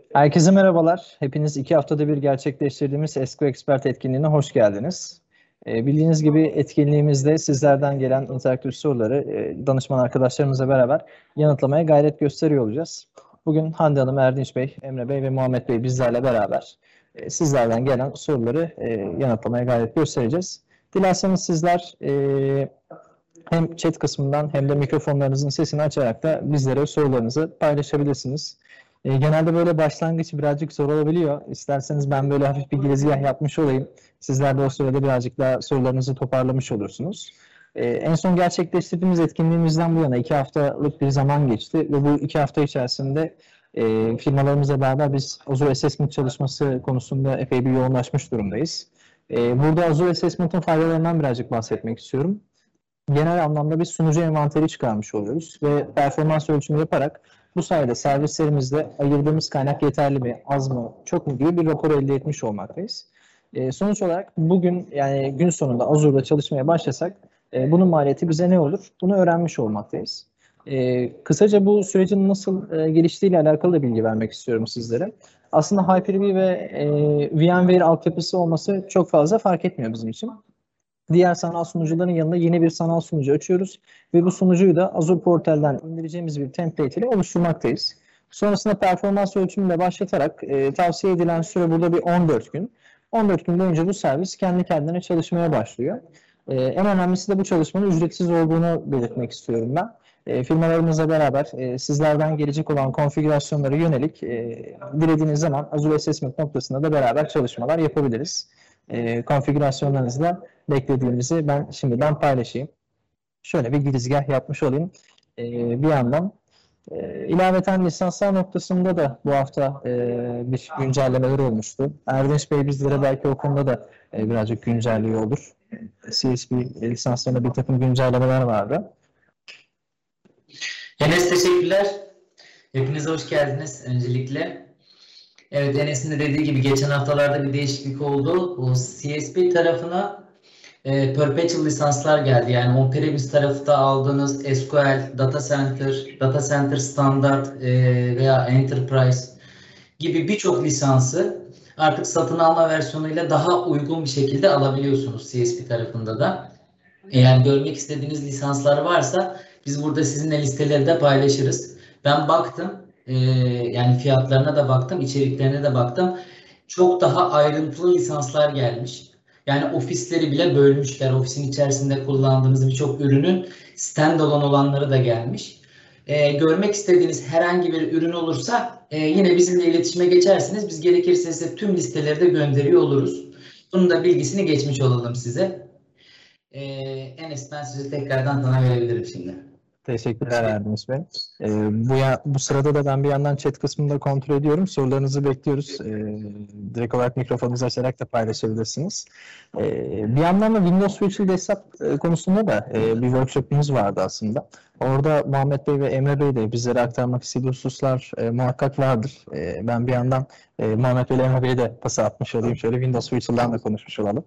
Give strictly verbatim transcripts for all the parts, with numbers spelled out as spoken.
Herkese merhabalar. Hepiniz iki haftada bir gerçekleştirdiğimiz S Q L Expert etkinliğine hoş geldiniz. Ee, bildiğiniz gibi etkinliğimizde sizlerden gelen interaktif soruları e, danışman arkadaşlarımızla beraber yanıtlamaya gayret gösteriyor olacağız. Bugün Hande Hanım, Erdinç Bey, Emre Bey ve Muhammed Bey bizlerle beraber e, sizlerden gelen soruları e, yanıtlamaya gayret göstereceğiz. Dilerseniz sizler e, hem chat kısmından hem de mikrofonlarınızın sesini açarak da bizlere sorularınızı paylaşabilirsiniz. E, genelde böyle başlangıç birazcık zor olabiliyor. İsterseniz ben böyle hafif bir girizgah yapmış olayım. Sizler de o sırada birazcık daha sorularınızı toparlamış olursunuz. E, en son gerçekleştirdiğimiz etkinliğimizden bu yana iki haftalık bir zaman geçti ve bu iki hafta içerisinde e, firmalarımızla beraber biz Azure Assessment çalışması konusunda epey bir yoğunlaşmış durumdayız. E, burada Azure Assessment'ın faydalarından birazcık bahsetmek istiyorum. Genel anlamda bir sunucu envanteri çıkarmış oluyoruz ve performans ölçümü yaparak bu sayede servislerimizde ayırdığımız kaynak yeterli mi, az mı, çok mu gibi bir rapor elde etmiş olmaktayız. E, sonuç olarak bugün yani gün sonunda Azure'da çalışmaya başlasak e, bunun maliyeti bize ne olur? Bunu öğrenmiş olmaktayız. E, kısaca bu sürecin nasıl e, geliştiğiyle alakalı da bilgi vermek istiyorum sizlere. Aslında Hyper-V ve e, VMware altyapısı olması çok fazla fark etmiyor bizim için. Diğer sanal sunucuların yanında yeni bir sanal sunucu açıyoruz ve bu sunucuyu da Azure Portal'den indireceğimiz bir template ile oluşturmaktayız. Sonrasında performans ölçümüyle başlatarak e, tavsiye edilen süre burada bir on dört gün. on dört gün boyunca bu servis kendi kendine çalışmaya başlıyor. E, en önemlisi de bu çalışmanın ücretsiz olduğunu belirtmek istiyorum ben. E, firmalarımızla beraber e, sizlerden gelecek olan konfigürasyonlara yönelik e, dilediğiniz zaman Azure Assessment noktasında da beraber çalışmalar yapabiliriz. E, konfigürasyonlarınızla beklediğimizi ben şimdiden paylaşayım. Şöyle bir girizgah yapmış olayım. Ee, bir yandan e, ilaveten lisanslar noktasında da bu hafta e, bir güncellemeler olmuştu. Erdinç Bey bizlere belki o konuda da e, birazcık güncelliyor olur. C S P lisanslarında bir takım güncellemeler vardı. Enes teşekkürler. Hepinize hoş geldiniz öncelikle. Evet, Enes'in de dediği gibi geçen haftalarda bir değişiklik oldu. O C S P tarafına e, perpetual lisanslar geldi. Yani on-premise tarafta aldığınız S Q L, Data Center, Data Center Standard e, veya Enterprise gibi birçok lisansı artık satın alma versiyonuyla daha uygun bir şekilde alabiliyorsunuz C S P tarafında da. Eğer görmek istediğiniz lisanslar varsa biz burada sizinle listeleri de paylaşırız. Ben baktım, e, yani fiyatlarına da baktım, içeriklerine de baktım. Çok daha ayrıntılı lisanslar gelmiş. Yani ofisleri bile bölmüşler. Ofisin içerisinde kullandığınız birçok ürünün standalone olanları da gelmiş. E, görmek istediğiniz herhangi bir ürün olursa e, yine bizimle iletişime geçersiniz. Biz gerekirse size tüm listeleri de gönderiyor oluruz. Bunun da bilgisini geçmiş olalım size. Ee, Enes, ben sizi tekrardan sana verebilirim şimdi. Teşekkürler Erdinç Bey. Ee, bu, ya, bu sırada da ben bir yandan chat kısmında kontrol ediyorum. Sorularınızı bekliyoruz. Ee, direkt olarak mikrofonunuzu açarak da paylaşabilirsiniz. Ee, bir yandan da Windows Virtual Desktop e, konusunda da e, bir workshopumuz vardı aslında. Orada Muhammed Bey ve Emre Bey de bizlere aktarmak istediği hususlar e, muhakkak vardır. E, ben bir yandan e, Muhammed Bey ile Emre Bey'e de pası atmış olayım. Şöyle Windows Virtual'dan da konuşmuş olalım.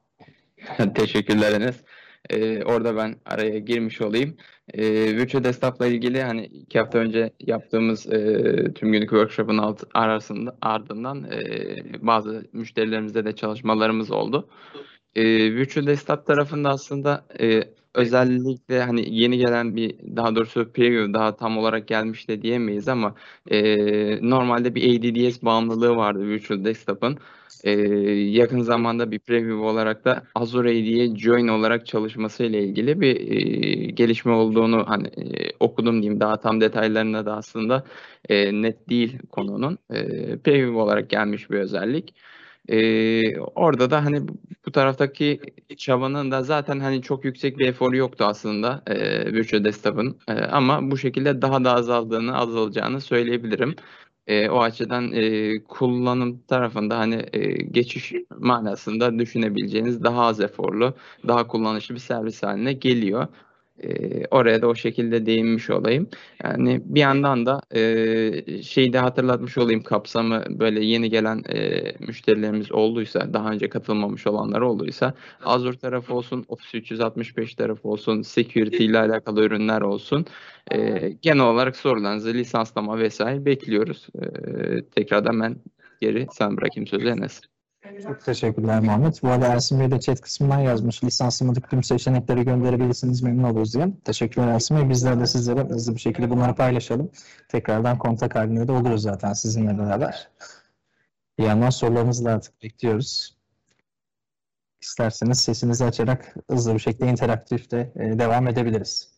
Teşekkürler Enes. Ee, orada ben araya girmiş olayım. Ee, Virtual Desktop'la ilgili hani iki hafta önce yaptığımız e, tüm günlük workshop'ın alt, arasında ardından e, bazı müşterilerimizle de çalışmalarımız oldu. E, Virtual Desktop tarafında aslında e, özellikle hani yeni gelen bir, daha doğrusu preview daha tam olarak gelmiş de diyemeyiz ama e, normalde bir A D D S bağımlılığı vardı Virtual Desktop'ın. E, yakın zamanda bir preview olarak da Azure A D'ye join olarak çalışması ile ilgili bir e, gelişme olduğunu hani e, okudum diyeyim. Daha tam detaylarına da aslında e, net değil konunun. E, preview olarak gelmiş bir özellik. Ee, orada da hani bu bu taraftaki çabanın da zaten hani çok yüksek bir eforu yoktu aslında e, Virtual Desktop'ın. E, ama bu şekilde daha da azaldığını, azalacağını söyleyebilirim. E, o açıdan e, kullanım tarafında hani e, geçiş manasında düşünebileceğiniz daha az eforlu, daha kullanışlı bir servis haline geliyor. E, oraya da o şekilde değinmiş olayım. Yani bir yandan da e, şeyi de hatırlatmış olayım, kapsamı böyle yeni gelen e, müşterilerimiz olduysa, daha önce katılmamış olanlar olduysa, Azure tarafı olsun, Office üç yüz altmış beş tarafı olsun, security ile alakalı ürünler olsun. E, genel olarak sorularınızı, lisanslama vesaire bekliyoruz. E, tekrardan ben geri sen bırakayım sözü Enes. Çok teşekkürler Muhammed. Bu arada Ersin Bey de chat kısmından yazmış. Lisanslamadık tüm seçenekleri gönderebilirsiniz, memnun oluruz diye. Teşekkürler Ersin Bey. Bizler de sizlere hızlı bir şekilde bunları paylaşalım. Tekrardan kontak halinde de oluruz zaten sizinle beraber. Bir yandan sorularınızı da artık bekliyoruz. İsterseniz sesinizi açarak hızlı bir şekilde interaktifte e, devam edebiliriz.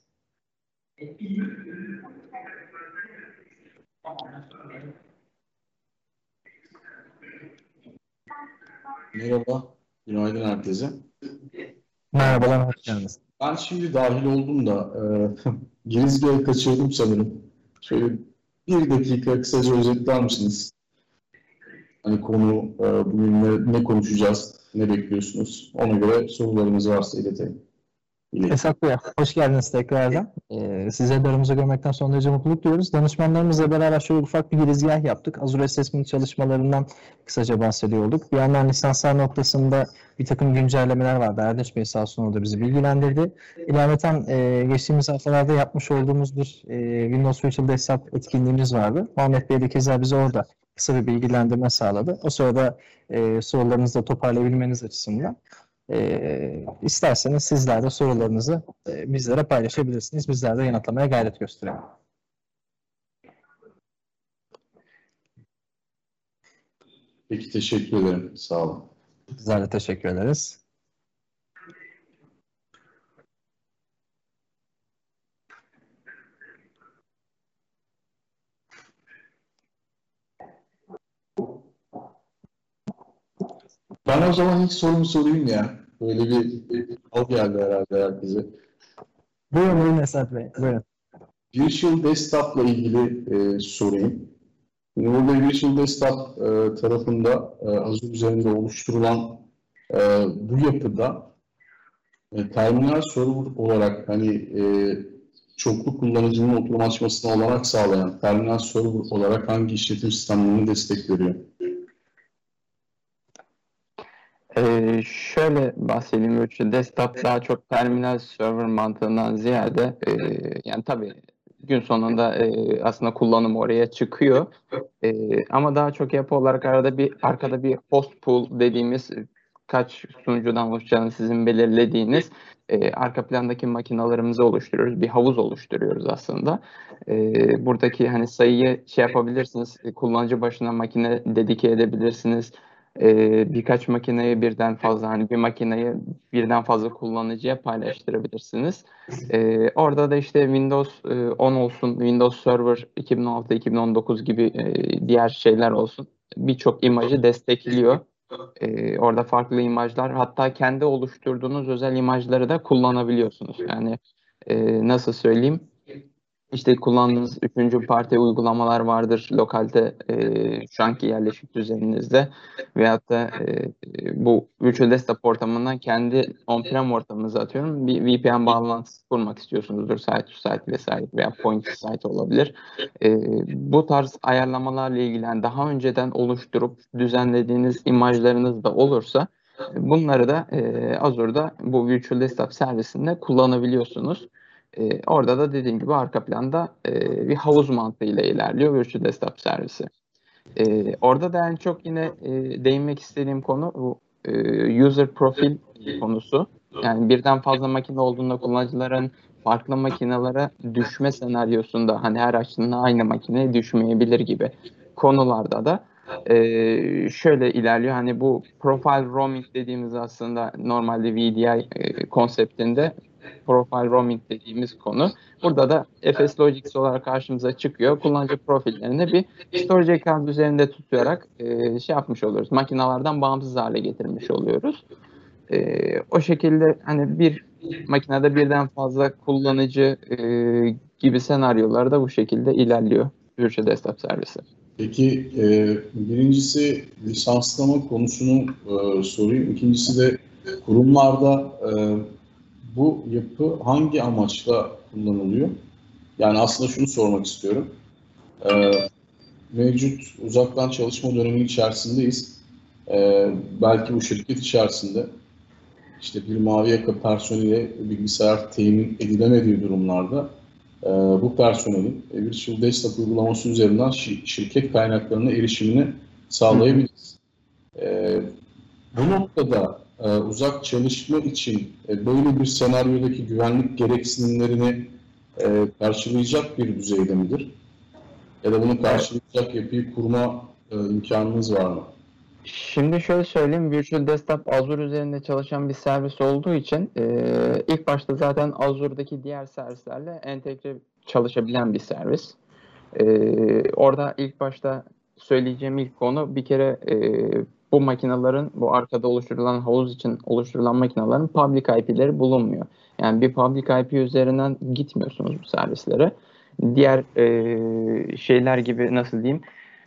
Merhaba, günaydın herkese. Merhabalar, hoş geldiniz. Ben şimdi dahil oldum da e, girizgahı kaçırdım sanırım. Şöyle bir dakika kısaca özetler misiniz? Hani konu, e, bugün ne, ne konuşacağız, ne bekliyorsunuz? Ona göre sorularınız varsa iletelim. İletelim. Esat Bey, hoş geldiniz tekrardan. Ee, sizleri de aramızda görmekten son derece mutluluk duyuyoruz. Danışmanlarımızla beraber şöyle ufak bir girizgah yaptık. Azure Assessment çalışmalarından kısaca bahsediyorduk. Bir yandan lisanslar noktasında bir takım güncellemeler vardı. Erdinç Bey sağ olsun orada bizi bilgilendirdi. İlaveten e, geçtiğimiz haftalarda yapmış olduğumuz bir e, Windows Virtual Desktop etkinliğimiz vardı. Muhammed Bey de keza bize orada kısa bir bilgilendirme sağladı. O sırada e, sorularınızı da toparlayabilmeniz açısından. E, isterseniz sizler de sorularınızı e, bizlere paylaşabilirsiniz. Bizler de yanıtlamaya gayret gösterelim. Peki, teşekkür ederim. Sağ olun. Bizler de teşekkür ederiz. Ben o zaman ilk sorumu sorayım ya. Böyle bir al geldi herhalde herkese. Buyurun, buyurun Esat Bey. Buyurun. Virtual Desktop'la ilgili e, sorayım. Şimdi burada Virtual Desktop e, tarafında e, Azure üzerinde oluşturulan e, bu yapıda e, terminal server olarak hani e, çoklu kullanıcının oturum açmasına olanak sağlayan terminal server olarak hangi işletim sistemlerini destek veriyor? Ee, şöyle bahsedeyim, Virtual Desktop daha çok terminal server mantığından ziyade e, yani tabii gün sonunda e, aslında kullanım oraya çıkıyor. E, ama daha çok yapı olarak arada bir arkada bir host pool dediğimiz kaç sunucudan oluşacağını sizin belirlediğiniz e, arka plandaki makinalarımızı oluşturuyoruz. Bir havuz oluşturuyoruz aslında. E, buradaki hani sayıyı şey yapabilirsiniz. Kullanıcı başına makine dedike edebilirsiniz. Ee, birkaç makineyi birden fazla, hani bir makineyi birden fazla kullanıcıya paylaştırabilirsiniz. Ee, orada da işte Windows e, on olsun, Windows Server iki bin on altı iki bin on dokuz gibi e, diğer şeyler olsun. Birçok imajı destekliyor. Ee, orada farklı imajlar, hatta kendi oluşturduğunuz özel imajları da kullanabiliyorsunuz. Yani e, nasıl söyleyeyim? İşte kullandığınız üçüncü parti uygulamalar vardır lokalde e, şu anki yerleşik düzeninizde veyahut da e, bu Virtual Desktop ortamından kendi on-prem ortamınıza atıyorum bir V P N bağlantısı kurmak istiyorsunuzdur, site to site vesaire veya point to site olabilir. E, bu tarz ayarlamalarla ilgili yani daha önceden oluşturup düzenlediğiniz imajlarınız da olursa bunları da e, Azure'da bu Virtual Desktop servisinde kullanabiliyorsunuz. Ee, orada da dediğim gibi arka planda e, bir havuz mantığıyla ilerliyor Virtual Desktop servisi. Ee, orada da en çok yine e, değinmek istediğim konu bu e, user profil konusu. Yani birden fazla makine olduğunda kullanıcıların farklı makinelere düşme senaryosunda hani her açtığında aynı makineye düşmeyebilir gibi konularda da e, şöyle ilerliyor. Hani bu profile roaming dediğimiz aslında normalde V D I e, konseptinde profile roaming dediğimiz konu. Burada da F S Logics olarak karşımıza çıkıyor. Kullanıcı profillerini bir storage account üzerinde tutarak e, şey yapmış oluyoruz. Makinelerden bağımsız hale getirmiş oluyoruz. E, o şekilde hani bir makinede birden fazla kullanıcı e, gibi senaryolarda bu şekilde ilerliyor Virtual Desktop servisi. Peki e, birincisi lisanslama konusunu e, sorayım. İkincisi de kurumlarda e, bu yapı hangi amaçla kullanılıyor? Yani aslında şunu sormak istiyorum. Ee, mevcut uzaktan çalışma dönemi içerisindeyiz. Ee, belki bu şirket içerisinde işte bir mavi yaka personeli bilgisayar temin edilemediği durumlarda e, bu personelin Virtual Desktop uygulaması üzerinden şi- şirket kaynaklarına erişimini sağlayabiliriz. E, bu noktada e, uzak çalışma için e, böyle bir senaryodaki güvenlik gereksinimlerini e, karşılayacak bir düzeyde midir? Ya da bunu karşılayacak yapıyı kurma e, imkanınız var mı? Şimdi şöyle söyleyeyim, Virtual Desktop Azure üzerinde çalışan bir servis olduğu için e, ilk başta zaten Azure'daki diğer servislerle entegre çalışabilen bir servis. E, orada ilk başta söyleyeceğim ilk konu bir kere e, bu makinelerin, bu arkada oluşturulan havuz için oluşturulan makinelerin public I P'leri bulunmuyor. Yani bir public I P üzerinden gitmiyorsunuz bu servislere. Diğer e, şeyler gibi nasıl diyeyim?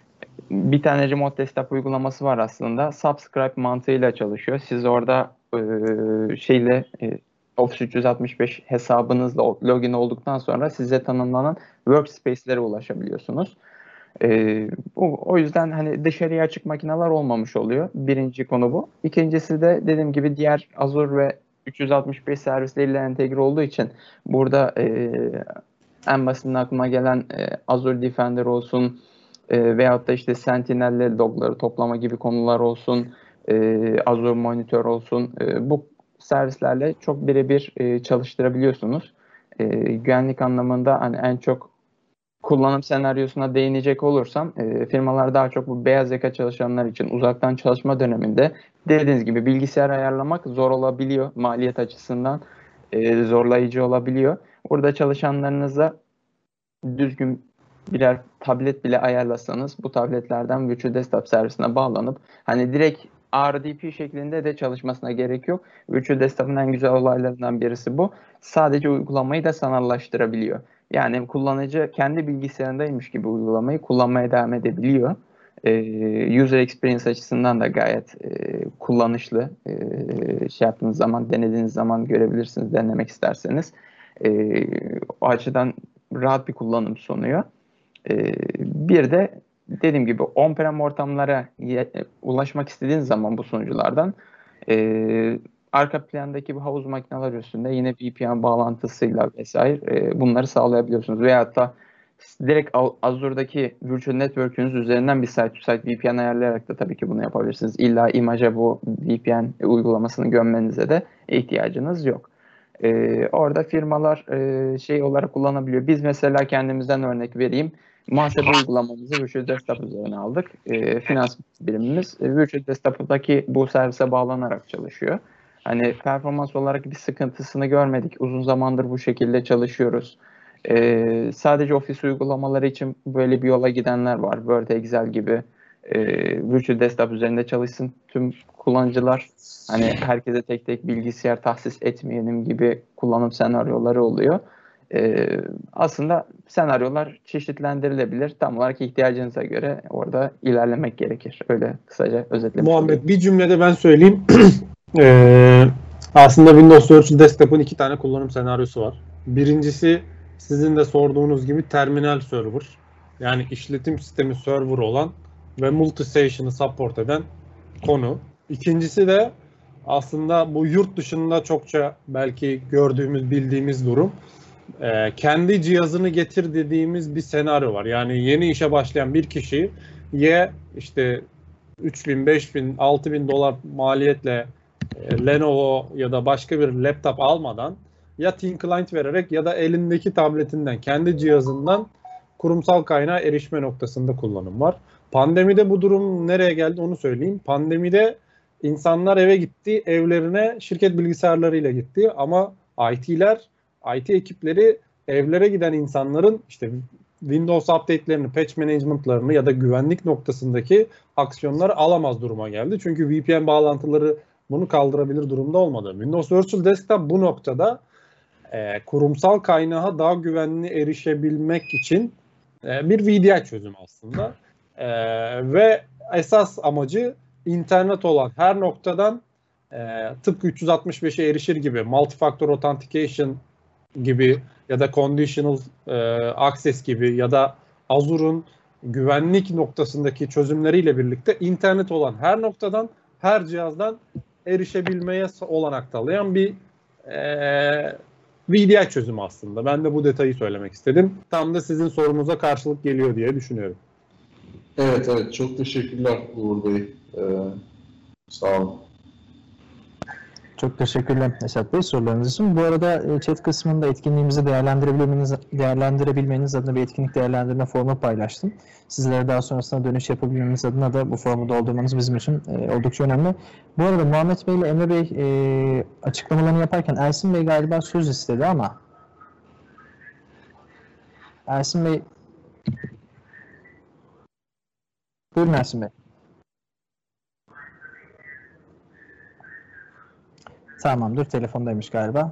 Bir tane remote desktop uygulaması var aslında. Subscribe mantığıyla çalışıyor. Siz orada e, şeyle e, Office üç yüz altmış beş hesabınızla login olduktan sonra size tanımlanan workspace'lere ulaşabiliyorsunuz. E, o, o yüzden hani dışarıya açık makineler olmamış oluyor. Birinci konu bu. İkincisi de dediğim gibi diğer Azure ve üç yüz altmış beş servisleriyle entegre olduğu için burada e, en basitinden aklıma gelen e, Azure Defender olsun, E, veyahut da işte Sentinel'le logları toplama gibi konular olsun, e, Azure Monitor olsun, e, bu servislerle çok birebir e, çalıştırabiliyorsunuz. E, güvenlik anlamında hani en çok kullanım senaryosuna değinecek olursam, e, firmalar daha çok bu beyaz yaka çalışanlar için uzaktan çalışma döneminde dediğiniz gibi bilgisayar ayarlamak zor olabiliyor. Maliyet açısından e, zorlayıcı olabiliyor. Burada çalışanlarınıza düzgün birer tablet bile ayarlasanız bu tabletlerden Virtual Desktop servisine bağlanıp hani direkt R D P şeklinde de çalışmasına gerek yok. Virtual Desktop'ın en güzel olaylarından birisi bu. Sadece uygulamayı da sanallaştırabiliyor. Yani kullanıcı kendi bilgisayarındaymış gibi uygulamayı kullanmaya devam edebiliyor. Ee, user experience açısından da gayet e, kullanışlı. Ee, şey yaptığınız zaman, denediğiniz zaman görebilirsiniz, denemek isterseniz. Ee, o açıdan rahat bir kullanım sunuyor. Ee, bir de dediğim gibi on-prem ortamlara ulaşmak istediğiniz zaman bu sunuculardan e, arka plandaki bu havuz makineler üstünde yine V P N bağlantısıyla vesaire e, bunları sağlayabiliyorsunuz. Veyahut da direkt Azure'daki Virtual Network'ünüz üzerinden bir site-to-site V P N ayarlayarak da tabii ki bunu yapabilirsiniz. İlla imaja bu V P N uygulamasını gömmenize de ihtiyacınız yok. Ee, orada firmalar e, şey olarak kullanabiliyor. Biz mesela kendimizden örnek vereyim. Muhasebe uygulamamızı Virtual Desktop üzerine aldık. E, finans birimimiz e, Virtual Desktop'taki bu servise bağlanarak çalışıyor. Hani performans olarak bir sıkıntısını görmedik. Uzun zamandır bu şekilde çalışıyoruz. E, sadece ofis uygulamaları için böyle bir yola gidenler var. Word, Excel gibi e, Virtual Desktop üzerinde çalışsın tüm kullanıcılar. Hani herkese tek tek bilgisayar tahsis etmeyelim gibi kullanım senaryoları oluyor. Ee, aslında senaryolar çeşitlendirilebilir. Tam olarak ihtiyacınıza göre orada ilerlemek gerekir. Öyle kısaca özetlemiş Muhammed olayım. bir cümlede ben söyleyeyim. ee, aslında Windows Virtual Desktop'un iki tane kullanım senaryosu var. Birincisi sizin de sorduğunuz gibi terminal server. Yani işletim sistemi server olan ve multi-station'ı support eden konu. İkincisi de aslında bu yurt dışında çokça belki gördüğümüz, bildiğimiz durum. Ee, kendi cihazını getir dediğimiz bir senaryo var. Yani yeni işe başlayan bir kişiye işte üç bin, beş bin, altı bin dolar maliyetle e, Lenovo ya da başka bir laptop almadan ya thin client vererek ya da elindeki tabletinden, kendi cihazından kurumsal kaynağa erişme noktasında kullanım var. Pandemide bu durum nereye geldi onu söyleyeyim. Pandemide insanlar eve gitti, evlerine şirket bilgisayarlarıyla gitti ama I T'ler, I T ekipleri evlere giden insanların işte Windows update'lerini, patch management'larını ya da güvenlik noktasındaki aksiyonları alamaz duruma geldi. Çünkü V P N bağlantıları bunu kaldırabilir durumda olmadı. Windows Virtual Desktop bu noktada e, kurumsal kaynağa daha güvenli erişebilmek için e, bir V D I çözümü aslında. E, ve esas amacı internet olan her noktadan e, tıpkı üç yüz altmış beşe erişir gibi multi-factor authentication gibi ya da conditional e, access gibi ya da Azure'un güvenlik noktasındaki çözümleriyle birlikte internet olan her noktadan, her cihazdan erişebilmeye olanak sağlayan bir e, V D I çözümü aslında. Ben de bu detayı söylemek istedim. Tam da sizin sorunuza karşılık geliyor diye düşünüyorum. Evet, evet. Çok teşekkürler Uğur Bey. Ee, sağ olun. Çok teşekkürler Esat Bey sorularınız için. Bu arada e, chat kısmında etkinliğimizi değerlendirebilmeniz, değerlendirebilmeniz adına bir etkinlik değerlendirme formu paylaştım. Sizlere daha sonrasında dönüş yapabilmemiz adına da bu formu doldurmanız bizim için e, oldukça önemli. Bu arada Muhammed Bey ile Emre Bey e, açıklamalarını yaparken Ersin Bey galiba söz istedi ama Ersin Bey, buyurun Ersin Bey. Tamamdır, telefondaymış galiba.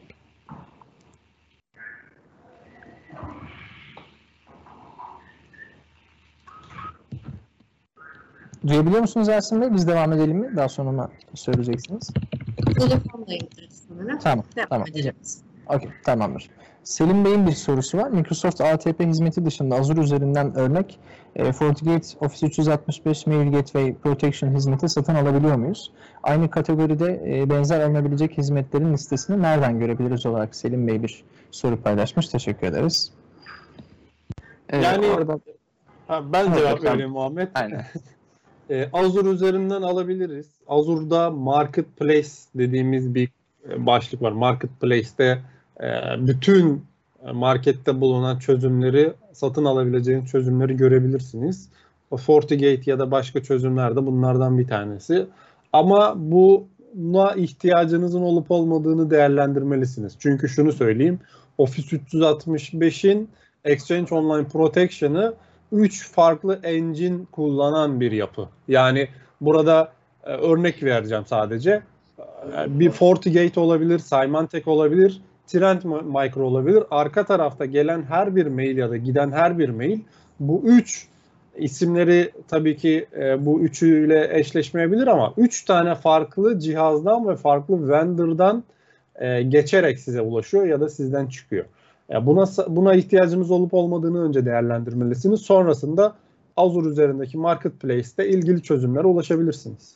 Duyabiliyor musunuz Ersin Bey? Biz devam edelim mi? Daha sonra mı söyleyeceksiniz? Telefondaydı sanırım. Tamam, Devam tamam. edelim. Okey, tamamdır. Selim Bey'in bir sorusu var. Microsoft A T P hizmeti dışında Azure üzerinden örnek e, FortiGate Office üç yüz altmış beş Mail Gateway Protection hizmeti satın alabiliyor muyuz? Aynı kategoride e, benzer alınabilecek hizmetlerin listesini nereden görebiliriz olarak Selim Bey bir soru paylaşmış. Teşekkür ederiz. Evet, Yani orada ha, ben Evet, cevap sen- vereyim Muhammed. aynen. E, Azure üzerinden alabiliriz. Azure'da Marketplace dediğimiz bir e, başlık var. Marketplace'te e, bütün e, markette bulunan çözümleri, satın alabileceğiniz çözümleri görebilirsiniz. O FortiGate ya da başka çözümler de bunlardan bir tanesi. Ama buna ihtiyacınızın olup olmadığını değerlendirmelisiniz. Çünkü şunu söyleyeyim. Office üç yüz altmış beşin Exchange Online Protection'ı üç farklı engine kullanan bir yapı. Yani burada e, örnek vereceğim sadece. E, bir FortiGate olabilir, Symantec olabilir, Trend Micro olabilir. Arka tarafta gelen her bir mail ya da giden her bir mail bu üç isimleri tabii ki e, bu üçüyle eşleşmeyebilir ama üç tane farklı cihazdan ve farklı vendor'dan e, geçerek size ulaşıyor ya da sizden çıkıyor. Ya buna buna ihtiyacımız olup olmadığını önce değerlendirmelisiniz. Sonrasında Azure üzerindeki Marketplace'te ilgili çözümlere ulaşabilirsiniz.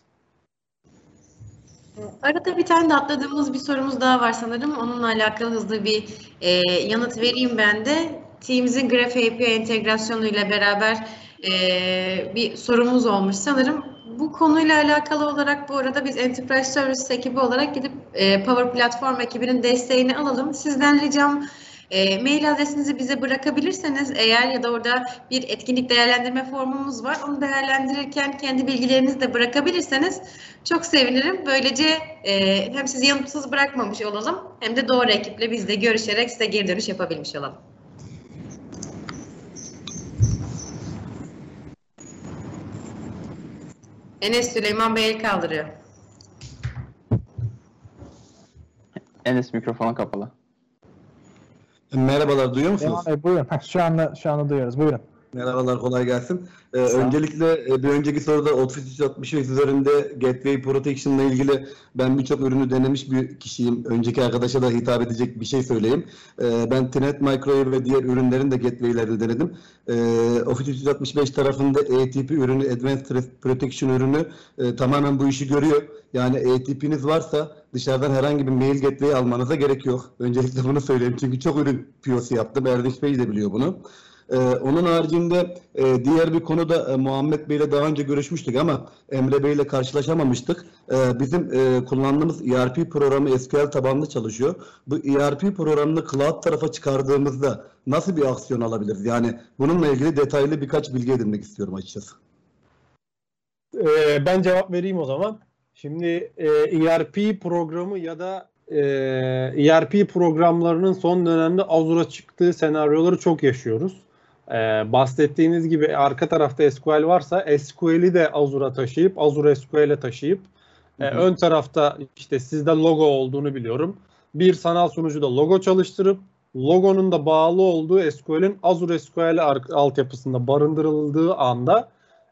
Arada bir tane de atladığımız bir sorumuz daha var sanırım. Onunla alakalı hızlı bir e, yanıt vereyim ben de. Teams'in Graph A P I entegrasyonu ile beraber e, bir sorumuz olmuş sanırım. Bu konuyla alakalı olarak bu arada biz Enterprise Services ekibi olarak gidip e, Power Platform ekibinin desteğini alalım. Sizden ricam e, mail adresinizi bize bırakabilirseniz eğer ya da orada bir etkinlik değerlendirme formumuz var. Onu değerlendirirken kendi bilgilerinizi de bırakabilirseniz çok sevinirim. Böylece e, hem sizi yanıtsız bırakmamış olalım hem de doğru ekiple biz de görüşerek size geri dönüş yapabilmiş olalım. Enes Süleyman Bey el kaldırıyor. Enes mikrofonu kapalı. Merhabalar, duyuyor musunuz? Devam et, buyurun. Heh, Şu anda şu anda duyuyoruz. Buyurun. Merhabalar, kolay gelsin. Ee, Sağ ol. öncelikle e, bir önceki soruda Office üç yüz altmış beş üzerinde Gateway Protection ile ilgili ben birçok ürünü denemiş bir kişiyim. Önceki arkadaşa da hitap edecek bir şey söyleyeyim. Ee, ben Trend Micro'yu ve diğer ürünlerin de Gateway'lerini denedim. Ee, Office üç yüz altmış beş tarafında A T P ürünü, Advanced Threat Protection ürünü e, tamamen bu işi görüyor. Yani A T P'niz varsa dışarıdan herhangi bir mail gateway almanıza gerek yok. Öncelikle bunu söyleyeyim. Çünkü çok ürün P O C yaptım. Erdinç Bey de biliyor bunu. Ee, onun haricinde e, diğer bir konuda e, Muhammed Bey ile daha önce görüşmüştük ama Emre Bey ile karşılaşamamıştık. E, bizim e, kullandığımız E R P programı S Q L tabanlı çalışıyor. Bu E R P programını cloud tarafa çıkardığımızda nasıl bir aksiyon alabiliriz? Yani bununla ilgili detaylı birkaç bilgi edinmek istiyorum açıkçası. Ee, ben cevap vereyim o zaman. Şimdi e, E R P programı ya da e, E R P programlarının son dönemde Azure'a çıktığı senaryoları çok yaşıyoruz. E, bahsettiğiniz gibi arka tarafta S Q L varsa S Q L'i de Azure'a taşıyıp Azure S Q L'e taşıyıp e, ön tarafta işte sizde logo olduğunu biliyorum. Bir sanal sunucuda logo çalıştırıp logonun da bağlı olduğu S Q L'in Azure S Q L altyapısında barındırıldığı anda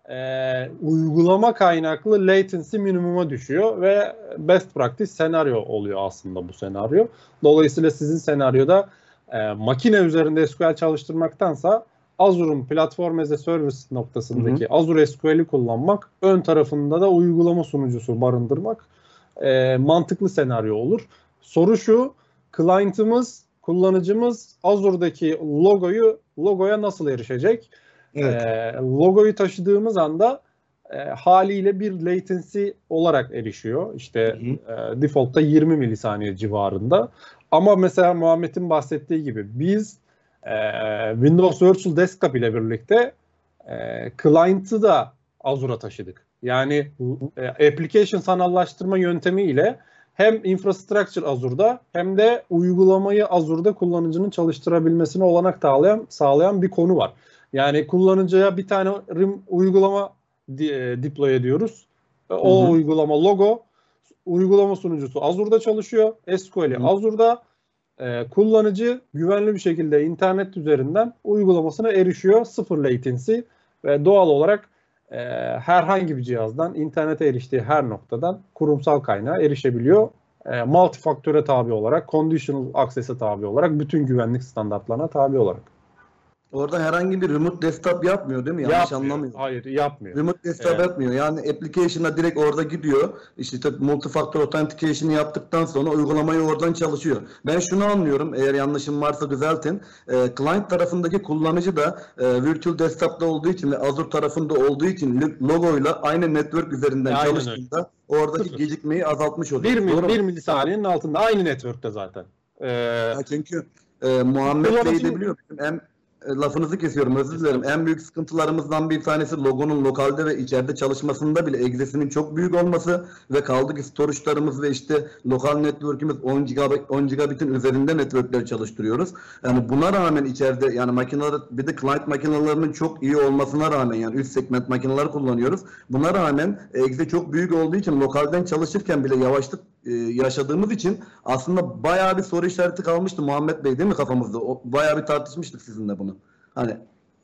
e, uygulama kaynaklı latency minimuma düşüyor ve best practice senaryo oluyor aslında bu senaryo. Dolayısıyla sizin senaryoda e, makine üzerinde S Q L çalıştırmaktansa Azure'un Platform as a Service noktasındaki hı hı. Azure S Q L'i kullanmak, ön tarafında da uygulama sunucusu barındırmak e, mantıklı senaryo olur. Soru şu, client'ımız, kullanıcımız Azure'daki logoyu logoya nasıl erişecek? Evet. E, logoyu taşıdığımız anda e, haliyle bir latency olarak erişiyor. İşte hı hı. E, default'ta yirmi milisaniye civarında. Ama mesela Muhammed'in bahsettiği gibi biz e, Windows Virtual Desktop ile birlikte e, client'ı da Azure'a taşıdık. Yani e, application sanallaştırma yöntemi ile hem infrastructure Azure'da hem de uygulamayı Azure'da kullanıcının çalıştırabilmesine olanak sağlayan, sağlayan bir konu var. Yani kullanıcıya bir tane uygulama deploy ediyoruz. O hı hı. uygulama logo, uygulama sunucusu Azure'da çalışıyor. S Q L'i Azure'da. E, kullanıcı güvenli bir şekilde internet üzerinden uygulamasına erişiyor. Sıfır latency ve doğal olarak e, herhangi bir cihazdan internete eriştiği her noktadan kurumsal kaynağa erişebiliyor. E, multifaktöre tabi olarak, conditional access'e tabi olarak, bütün güvenlik standartlarına tabi olarak. Orada herhangi bir remote desktop yapmıyor değil mi? Yanlış yapmıyor. Anlamıyorum. Hayır, yapmıyor. Remote desktop evet. yapmıyor. Yani application'a direkt orada gidiyor. İşte multifactor authentication'ı yaptıktan sonra uygulamayı oradan çalışıyor. Ben şunu anlıyorum. Eğer yanlışım varsa düzeltin. E, client tarafındaki kullanıcı da e, virtual desktop'ta olduğu için ve Azure tarafında olduğu için logoyla aynı network üzerinden aynen çalıştığında öyle. Oradaki Sıfır. gecikmeyi azaltmış oluyor. Bir, mil, bir milisaniyenin altında aynı network'te zaten. Ee, ya çünkü e, Muhammed Bey de biliyor. Hem lafınızı kesiyorum, özür dilerim. En büyük sıkıntılarımızdan bir tanesi logonun lokalde ve içeride çalışmasında bile egzesinin çok büyük olması ve kaldı ki storage'larımız ve işte lokal network'ümüz on gigabit'in üzerinde network'ler çalıştırıyoruz. Yani buna rağmen içeride yani makineler, bir de client makinelerinin çok iyi olmasına rağmen yani üst segment makineler kullanıyoruz. Buna rağmen egze çok büyük olduğu için lokalden çalışırken bile yavaşlık e, yaşadığımız için aslında bayağı bir soru işareti kalmıştı Muhammed Bey değil mi kafamızda? O, bayağı bir tartışmıştık sizinle bunu. Hani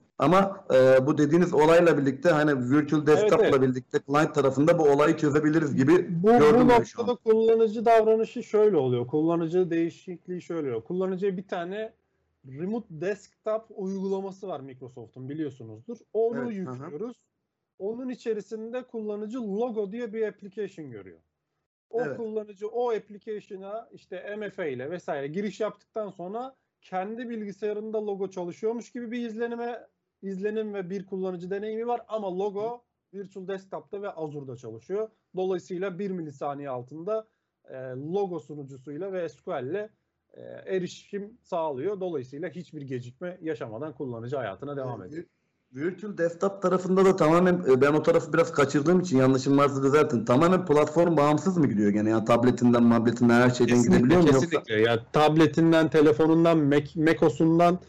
ama e, bu dediğiniz olayla birlikte hani virtual desktop'la evet, evet. birlikte client tarafında bu olayı çözebiliriz gibi bu, gördüm bu noktada kullanıcı davranışı şöyle oluyor. Kullanıcı değişikliği şöyle oluyor. Kullanıcıya bir tane remote desktop uygulaması var Microsoft'un biliyorsunuzdur. Onu evet, yüklüyoruz. Hı. Onun içerisinde kullanıcı logo diye bir application görüyor. O evet. kullanıcı o application'a işte M F A ile vesaire giriş yaptıktan sonra kendi bilgisayarında logo çalışıyormuş gibi bir izlenime izlenim ve bir kullanıcı deneyimi var ama logo Virtual Desktop'ta ve Azure'da çalışıyor. Dolayısıyla bir milisaniye altında e, logo sunucusuyla ve S Q L ile e, erişim sağlıyor. Dolayısıyla hiçbir gecikme yaşamadan kullanıcı hayatına devam ediyor. Virtual Desktop tarafında da tamamen ben o tarafı biraz kaçırdığım için yanlışım varsa düzeltin. Tamamen platform bağımsız mı gidiyor gene? Yani tabletinden, mabletinden her şeyden kesinlikle, gidebiliyor mu? Kesinlikle. Yoksa... Ya, tabletinden, telefonundan, Mac, macOS'undan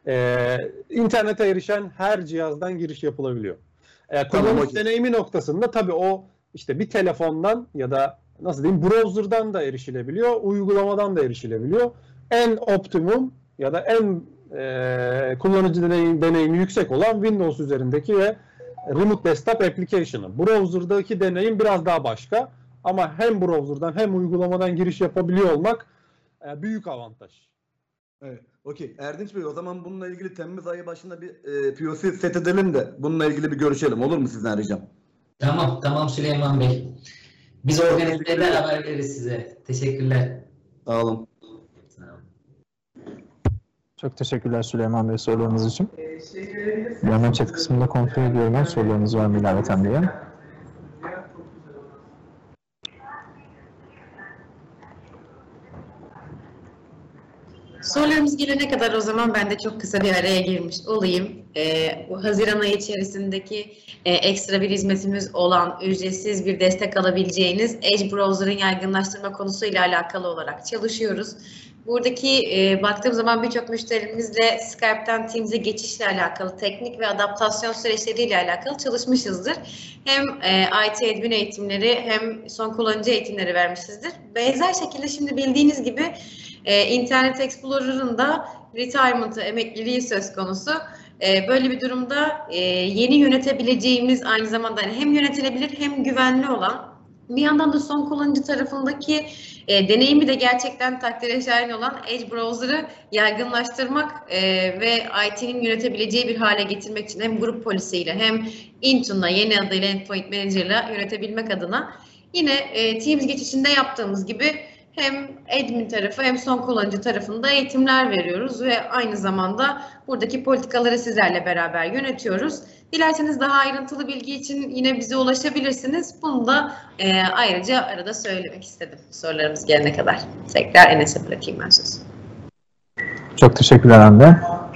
e, internete erişen her cihazdan giriş yapılabiliyor. E, kullanıcı tamam, okay. deneyimi noktasında tabii o işte bir telefondan ya da nasıl diyeyim browser'dan da erişilebiliyor, uygulamadan da erişilebiliyor. En optimum ya da en e, kullanıcı deneyim, deneyimi yüksek olan Windows üzerindeki ve Remote Desktop Application'ı. Browser'daki deneyim biraz daha başka ama hem browser'dan hem uygulamadan giriş yapabiliyor olmak e, büyük avantaj. Evet, okey. Erdinç Bey o zaman bununla ilgili Temmuz ayı başında bir e, P O C set edelim de bununla ilgili bir görüşelim. Olur mu sizden ricam? Tamam, tamam Süleyman Bey. Biz organize eder haber veririz size. Teşekkürler. Sağ olun. Çok teşekkürler Süleyman Bey sorularınız için. Hemen chat kısmında kontrol ediyorum ben sorularınız var mı ilaveten diye. Sorularımız gelene kadar o zaman ben de çok kısa bir araya girmiş olayım. Ee, bu Haziran ayı içerisindeki e, ekstra bir hizmetimiz olan ücretsiz bir destek alabileceğiniz Edge Browser'ın yaygınlaştırma konusuyla alakalı olarak çalışıyoruz. Buradaki e, baktığım zaman birçok müşterimizle Skype'tan Teams'e geçişle alakalı teknik ve adaptasyon süreçleriyle alakalı çalışmışızdır. Hem e, I T admin eğitimleri hem son kullanıcı eğitimleri vermişizdir. Benzer şekilde şimdi bildiğiniz gibi e, Internet Explorer'ın da retirement'ı, emekliliği söz konusu. e, böyle bir durumda e, yeni yönetebileceğimiz, aynı zamanda hani hem yönetilebilir hem güvenli olan, bir yandan da son kullanıcı tarafındaki e, deneyimi de gerçekten takdire şayan olan Edge Browser'ı yaygınlaştırmak e, ve I T'nin yönetebileceği bir hale getirmek için hem grup polisiyle hem Intune'la, yeni adıyla Endpoint Manager'la yönetebilmek adına yine e, Teams geçişinde yaptığımız gibi hem admin tarafı hem son kullanıcı tarafında eğitimler veriyoruz ve aynı zamanda buradaki politikaları sizlerle beraber yönetiyoruz. Dilerseniz daha ayrıntılı bilgi için yine bize ulaşabilirsiniz. Bunu da e, ayrıca arada söylemek istedim sorularımız gelene kadar. Tekrar Enes'e bırakayım ben sözü. Çok teşekkürler Hande.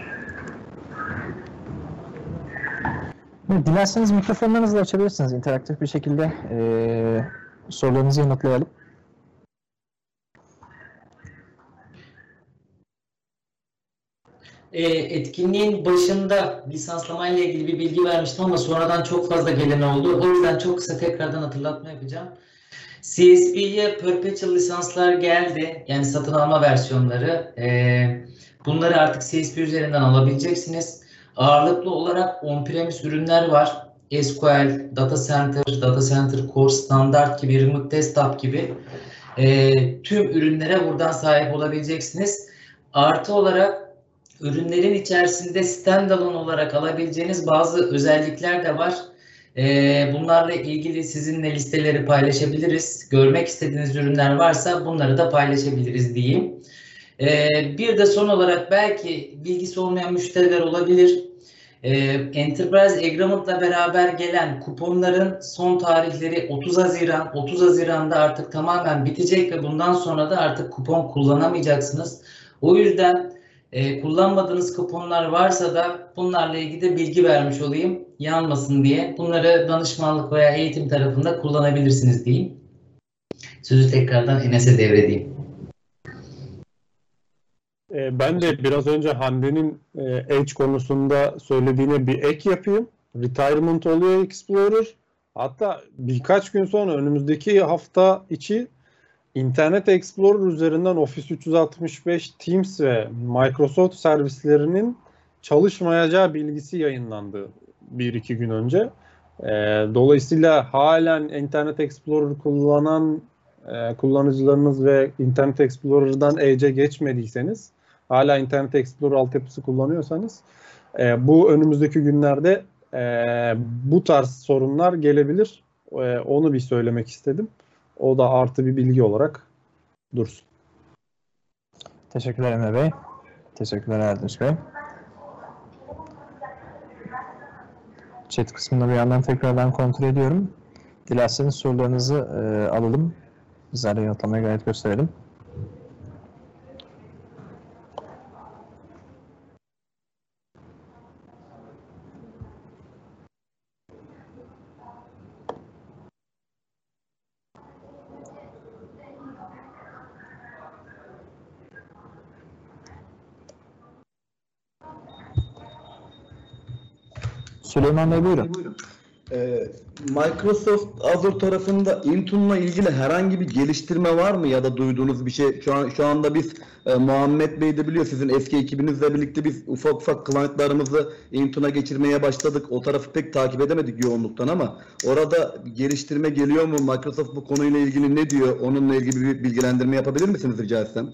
Dilerseniz mikrofonlarınızı da açabilirsiniz. İnteraktif bir şekilde e, sorularınızı yanıtlayalım. E, etkinliğin başında lisanslama ile ilgili bir bilgi vermiştim ama sonradan çok fazla gelen oldu. O yüzden çok kısa tekrardan hatırlatma yapacağım. C S P'ye Perpetual lisanslar geldi. Yani satın alma versiyonları. E, bunları artık C S P üzerinden alabileceksiniz. Ağırlıklı olarak on-premise ürünler var. S Q L, Data Center, Data Center Core Standard gibi, Remote Desktop gibi e, tüm ürünlere buradan sahip olabileceksiniz. Artı olarak ürünlerin içerisinde standalone olarak alabileceğiniz bazı özellikler de var. Ee, bunlarla ilgili sizinle listeleri paylaşabiliriz. Görmek istediğiniz ürünler varsa bunları da paylaşabiliriz diyeyim. Ee, bir de son olarak belki bilgisi olmayan müşteriler olabilir. Ee, Enterprise Agreement'la beraber gelen kuponların son tarihleri otuz Haziran. otuz Haziran'da artık tamamen bitecek ve bundan sonra da artık kupon kullanamayacaksınız. O yüzden E, kullanmadığınız kuponlar varsa da bunlarla ilgili de bilgi vermiş olayım, yanmasın diye. Bunları danışmanlık veya eğitim tarafında kullanabilirsiniz diyeyim. Sözü tekrardan Enes'e devredeyim. E, ben de biraz önce Hande'nin e, Edge konusunda söylediğine bir ek yapayım. Retirement oluyor Explorer. Hatta birkaç gün sonra önümüzdeki hafta içi Internet Explorer üzerinden Office üç yüz altmış beş, Teams ve Microsoft servislerinin çalışmayacağı bilgisi yayınlandı bir iki gün önce. E, dolayısıyla halen Internet Explorer kullanan e, kullanıcılarınız ve Internet Explorer'dan Edge'e geçmediyseniz, hala Internet Explorer altyapısı kullanıyorsanız, e, bu önümüzdeki günlerde e, bu tarz sorunlar gelebilir. E, onu bir söylemek istedim. O da artı bir bilgi olarak dursun. Teşekkürler Emre Bey. Teşekkürler Erdinç Bey. Chat kısmında bir yandan tekrardan kontrol ediyorum. Dilerseniz sorularınızı e, alalım. Bizler de yanıtlamaya gayret gösterelim. Süleyman Bey buyurun. Ee, Microsoft Azure tarafında Intune'la ilgili herhangi bir geliştirme var mı ya da duyduğunuz bir şey? Şu an şu anda biz e, Muhammed Bey de biliyor, sizin eski ekibinizle birlikte biz ufak ufak client'larımızı Intune'a geçirmeye başladık. O tarafı pek takip edemedik yoğunluktan ama orada geliştirme geliyor mu? Microsoft bu konuyla ilgili ne diyor? Onunla ilgili bir bilgilendirme yapabilir misiniz rica etsem?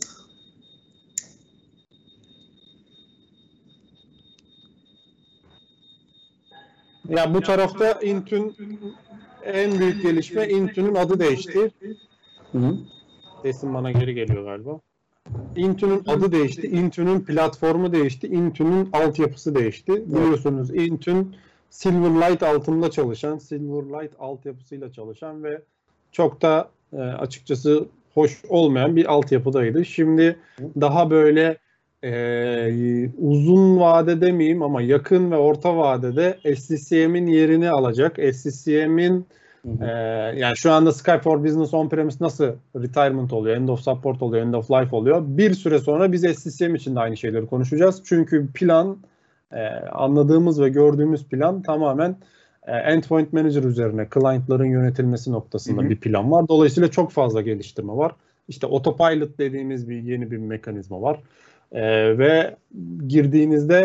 Ya bu tarafta Intune en büyük gelişme, Intune'un adı değişti. Hı hı. Sesim bana geri geliyor galiba. Intune'un adı değişti, Intune'un platformu değişti, Intune'un altyapısı değişti. Evet. Biliyorsunuz Intune Silverlight altında çalışan, Silverlight altyapısıyla çalışan ve çok da e, açıkçası hoş olmayan bir altyapıdaydı. Şimdi daha böyle Ee, uzun vade demeyeyim ama yakın ve orta vadede S C C M'in yerini alacak. S C C M'in e, yani şu anda Skype for Business on-premise nasıl retirement oluyor, end of support oluyor, end of life oluyor. Bir süre sonra biz S C C M için de aynı şeyleri konuşacağız. Çünkü plan e, anladığımız ve gördüğümüz plan tamamen e, Endpoint Manager üzerine client'ların yönetilmesi noktasında hı hı. bir plan var. Dolayısıyla çok fazla geliştirme var. İşte autopilot dediğimiz bir yeni bir mekanizma var. Ee, ve girdiğinizde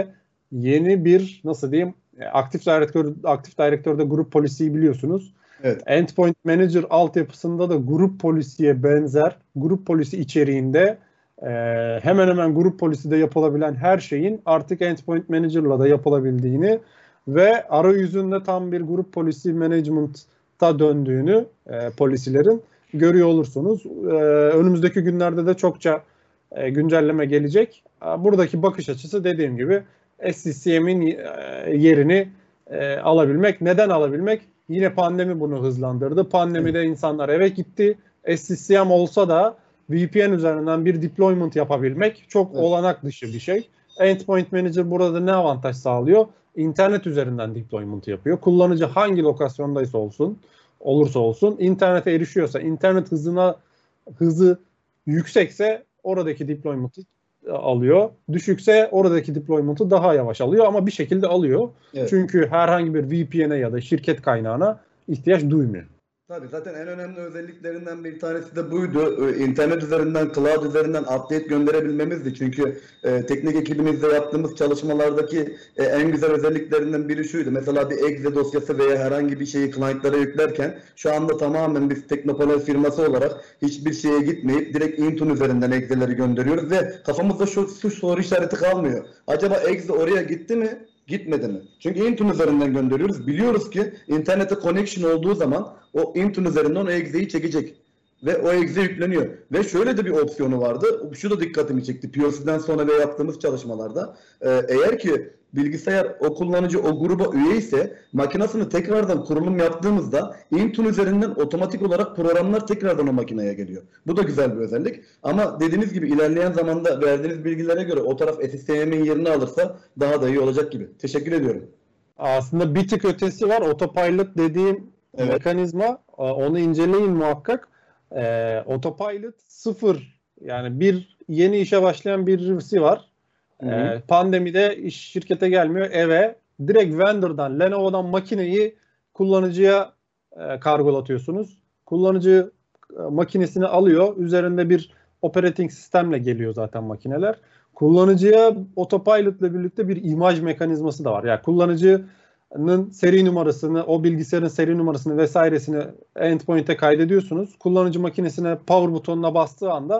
yeni bir nasıl diyeyim aktif direktör aktif direktörde grup polisiyi biliyorsunuz. Evet. Endpoint Manager altyapısında da grup polisiye benzer grup polisi içeriğinde e, hemen hemen grup poliside yapılabilen her şeyin artık Endpoint Manager'la da yapılabildiğini ve arayüzünde tam bir grup polisi management'a döndüğünü e, polisilerin görüyor olursunuz. E, önümüzdeki günlerde de çokça e, güncelleme gelecek. E, buradaki bakış açısı dediğim gibi S C C M'in e, yerini e, alabilmek. Neden alabilmek? Yine pandemi bunu hızlandırdı. Pandemide insanlar eve gitti. S C C M olsa da V P N üzerinden bir deployment yapabilmek çok Evet. olanak dışı bir şey. Endpoint Manager burada ne avantaj sağlıyor? İnternet üzerinden deployment yapıyor. Kullanıcı hangi lokasyondaysa olsun, olursa olsun, internete erişiyorsa, internet hızına hızı yüksekse oradaki deployment'ı alıyor. Düşükse oradaki deployment'ı daha yavaş alıyor ama bir şekilde alıyor. Evet. Çünkü herhangi bir V P N'e ya da şirket kaynağına ihtiyaç duymuyor. Tabii zaten en önemli özelliklerinden bir tanesi de buydu. Ee, İnternet üzerinden, cloud üzerinden update gönderebilmemizdi. Çünkü e, teknik ekibimizle yaptığımız çalışmalardaki e, en güzel özelliklerinden biri şuydu. Mesela bir exe dosyası veya herhangi bir şeyi client'lara yüklerken şu anda tamamen biz Teknopolon firması olarak hiçbir şeye gitmeyip direkt Intune üzerinden exe'leri gönderiyoruz ve kafamızda şu, şu soru işareti kalmıyor. Acaba exe oraya gitti mi? Gitmedi mi? Çünkü Intune üzerinden gönderiyoruz. Biliyoruz ki internete connection olduğu zaman o Intune üzerinden o exe'yi çekecek. Ve o exe yükleniyor. Ve şöyle de bir opsiyonu vardı. Şu da dikkatimi çekti. P O C'den sonra ve yaptığımız çalışmalarda. Ee, eğer ki bilgisayar o kullanıcı o gruba üye ise makinesini tekrardan kurulum yaptığımızda Intune üzerinden otomatik olarak programlar tekrardan o makineye geliyor. Bu da güzel bir özellik. Ama dediğiniz gibi ilerleyen zamanda verdiğiniz bilgilere göre o taraf S C C M'in yerini alırsa daha da iyi olacak gibi. Teşekkür ediyorum. Aslında bir tık ötesi var. Autopilot dediğim Evet. mekanizma. Onu inceleyin muhakkak. Ee, Autopilot sıfır yani bir yeni işe başlayan birisi var. Hı hı. Ee, pandemide iş şirkete gelmiyor, eve direkt vendor'dan, Lenovo'dan makineyi kullanıcıya e, kargolatıyorsunuz. Kullanıcı e, makinesini alıyor. Üzerinde bir operating sistemle geliyor zaten makineler. Kullanıcıya Autopilot'la birlikte bir imaj mekanizması da var. Yani kullanıcının seri numarasını, o bilgisayarın seri numarasını vesairesini endpoint'e kaydediyorsunuz. Kullanıcı makinesine power butonuna bastığı anda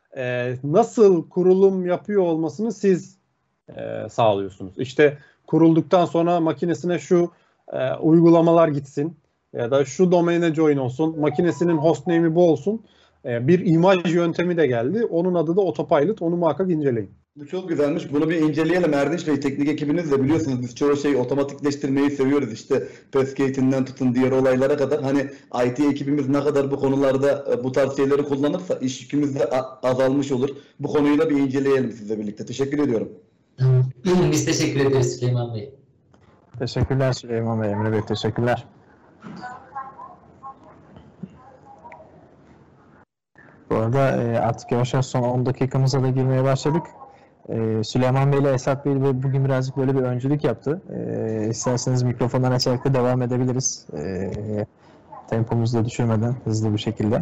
e, nasıl kurulum yapıyor olmasını siz e, sağlıyorsunuz. İşte kurulduktan sonra makinesine şu e, uygulamalar gitsin ya da şu domaine join olsun, makinesinin hostname'i bu olsun. E, bir imaj yöntemi de geldi. Onun adı da Autopilot. Onu muhakkak inceleyin. Bu çok güzelmiş. Bunu bir inceleyelim. Erdinç Bey, teknik ekibiniz de biliyorsunuz biz çoğu şeyi otomatikleştirmeyi seviyoruz. İşte Pescate'inden tutun diğer olaylara kadar. Hani I T ekibimiz ne kadar bu konularda bu tarz şeyleri kullanırsa iş yükümüz de azalmış olur. Bu konuyu da bir inceleyelim sizle birlikte. Teşekkür ediyorum. Tamam. Biz teşekkür ederiz Süleyman Bey. Teşekkürler Süleyman Bey, Emre Bey teşekkürler. Bu arada e, artık yavaş yavaş son on dakikamıza da girmeye başladık. E, Süleyman Bey ile Esat Bey de bugün birazcık böyle bir öncülük yaptı. E, isterseniz mikrofonları açarak da devam edebiliriz. E, tempomuzu da düşürmeden hızlı bir şekilde.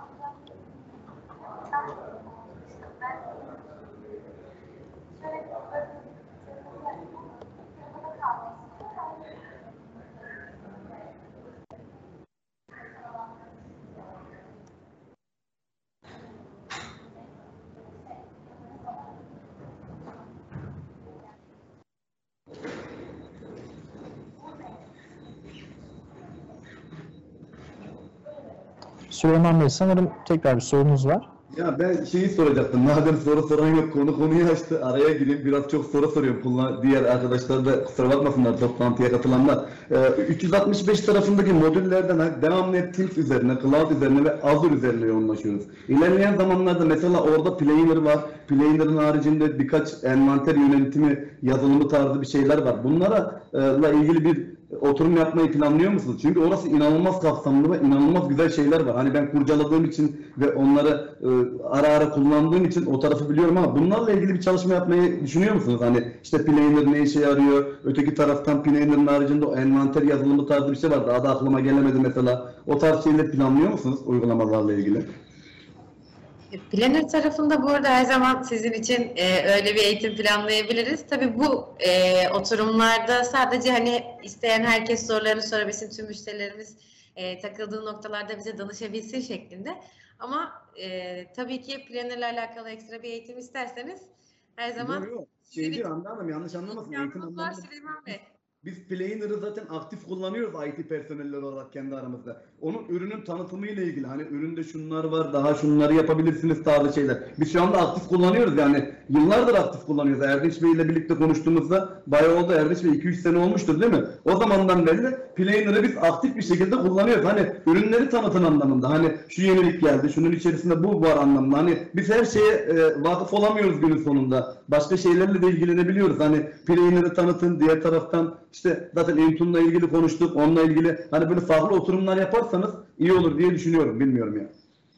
Süleyman Bey, sanırım tekrar bir sorunuz var. Ya ben şeyi soracaktım. Madem soru soran yok, konu konuyu açtı. Araya gireyim. Biraz çok soru soruyorum. Kullan diğer arkadaşlar da kusura bakmasınlar, toplantıya katılanlar. Ee, üç yüz altmış beş tarafındaki modüllerden devamlı hep Teams üzerine, Cloud üzerine ve Azure üzerine yoğunlaşıyoruz. İlerleyen zamanlarda mesela orada Planner var. Planner'ın haricinde birkaç envanter yönetimi, yazılımı tarzı bir şeyler var. Bunlara e, ilgili bir oturum yapmayı planlıyor musunuz? Çünkü orası inanılmaz kapsamlı ve inanılmaz güzel şeyler var. Hani ben kurcaladığım için ve onları e, ara ara kullandığım için o tarafı biliyorum ama bunlarla ilgili bir çalışma yapmayı düşünüyor musunuz? Hani işte Planner ne işe yarıyor? Öteki taraftan Planner'ın haricinde o envanter yazılımı tarzı bir şey var. Daha da aklıma gelemedi mesela. O tarz şeyleri planlıyor musunuz uygulamalarla ilgili? Planner tarafında bu arada her zaman sizin için e, öyle bir eğitim planlayabiliriz. Tabii bu e, oturumlarda sadece hani isteyen herkes sorularını sorabilsin, tüm müşterilerimiz e, takıldığı noktalarda bize danışabilsin şeklinde. Ama e, tabii ki Planner'la alakalı ekstra bir eğitim isterseniz her zaman... Yok yok, şey değil, anlamadım, yanlış anlamasın. Eğitim anlamında. Süleyman Bey. Biz Planner'ı zaten aktif kullanıyoruz I T personeller olarak kendi aramızda. Onun ürünün tanıtımı ile ilgili, hani üründe şunlar var, daha şunları yapabilirsiniz tarzı şeyler. Biz şu anda aktif kullanıyoruz, yani yıllardır aktif kullanıyoruz. Erdinç Bey ile birlikte konuştuğumuzda bayağı oldu. Erdinç Bey iki üç sene olmuştur değil mi? O zamandan beri Planner'ı biz aktif bir şekilde kullanıyoruz. Hani ürünleri tanıtın anlamında. Hani şu yenilik geldi, şunun içerisinde bu var anlamında. Hani biz her şeye e, vakıf olamıyoruz günün sonunda. Başka şeylerle de ilgilenebiliyoruz. Hani Planner'ı tanıtın, diğer taraftan İşte zaten Entun'la ilgili konuştuk, onunla ilgili hani böyle farklı oturumlar yaparsanız iyi olur diye düşünüyorum, bilmiyorum ya.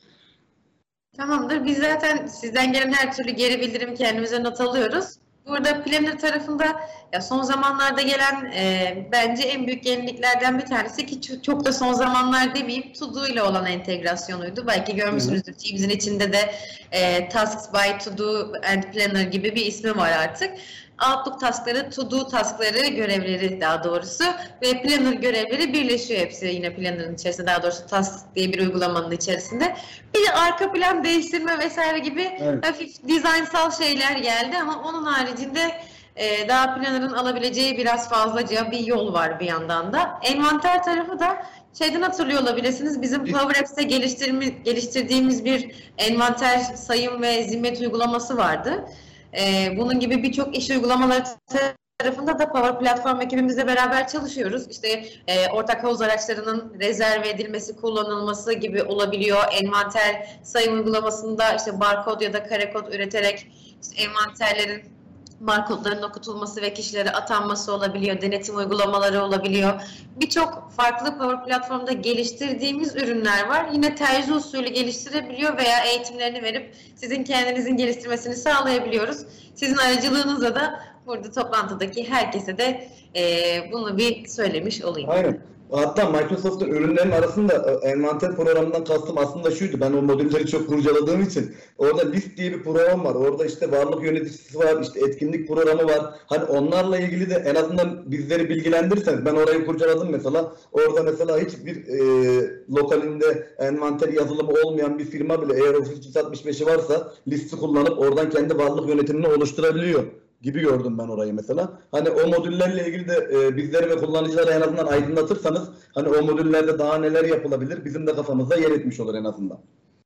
Tamamdır. Biz zaten sizden gelen her türlü geri bildirim kendimize not alıyoruz. Burada Planner tarafında ya son zamanlarda gelen e, bence en büyük yeniliklerden bir tanesi ki çok da son zamanlar demeyeyim, To-Do ile olan entegrasyonuydu. Belki görmüşsünüzdür. Evet. Teams'in içinde de e, Tasks by To-Do and Planner gibi bir ismi var artık. Outlook taskları, To-Do taskları, görevleri daha doğrusu ve Planner görevleri birleşiyor hepsi yine Planner'ın içerisinde, daha doğrusu Task diye bir uygulamanın içerisinde. Bir de arka plan değiştirme vesaire gibi evet. hafif dizaynsal şeyler geldi ama onun haricinde e, daha Planner'ın alabileceği biraz fazlaca bir yol var bir yandan da. Envanter tarafı da şeyden hatırlıyor olabilirsiniz. Bizim Power Apps'te geliştirdiğimiz bir envanter sayım ve zimmet uygulaması vardı. Ee, bunun gibi birçok iş uygulamaları tarafında da Power Platform ekibimizle beraber çalışıyoruz. İşte e, ortak havuz araçlarının rezerve edilmesi, kullanılması gibi olabiliyor. Envanter sayım uygulamasında işte barkod ya da karekod üreterek işte envanterlerin barkodların okutulması ve kişilere atanması olabiliyor. Denetim uygulamaları olabiliyor. Birçok farklı Power Platform'da geliştirdiğimiz ürünler var. Yine tercih usulü geliştirebiliyor veya eğitimlerini verip sizin kendinizin geliştirmesini sağlayabiliyoruz. Sizin aracılığınızla da burada toplantıdaki herkese de e, bunu bir söylemiş olayım. Aynen. Hatta Microsoft'un ürünlerin arasında envanter programından kastım aslında şuydu. Ben o modülleri çok kurcaladığım için orada list diye bir program var. Orada işte varlık yöneticisi var, işte etkinlik programı var. Hani onlarla ilgili de en azından bizleri bilgilendirirseniz, ben orayı kurcaladım mesela. Orada mesela hiçbir e, lokalinde envanter yazılımı olmayan bir firma bile eğer Office üç yüz altmış beşi varsa listi kullanıp oradan kendi varlık yönetimini oluşturabiliyor gibi gördüm ben orayı mesela. Hani o modüllerle ilgili de e, bizleri ve kullanıcıları en azından aydınlatırsanız hani o modüllerde daha neler yapılabilir bizim de kafamızda yer etmiş olur en azından.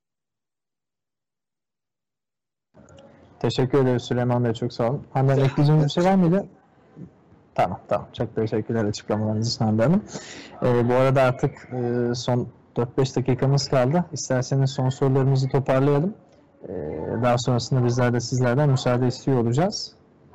Teşekkür ederiz Süleyman Bey, çok sağ olun. Handan ekleyeceğiniz bir şey var mıydı? Tamam tamam. Çok teşekkürler açıklamalarınız için Hande Hanım. E, bu arada artık e, son dört beş dakikamız kaldı. İsterseniz son sorularımızı toparlayalım. E, daha sonrasında bizler de sizlerden müsaade istiyor olacağız.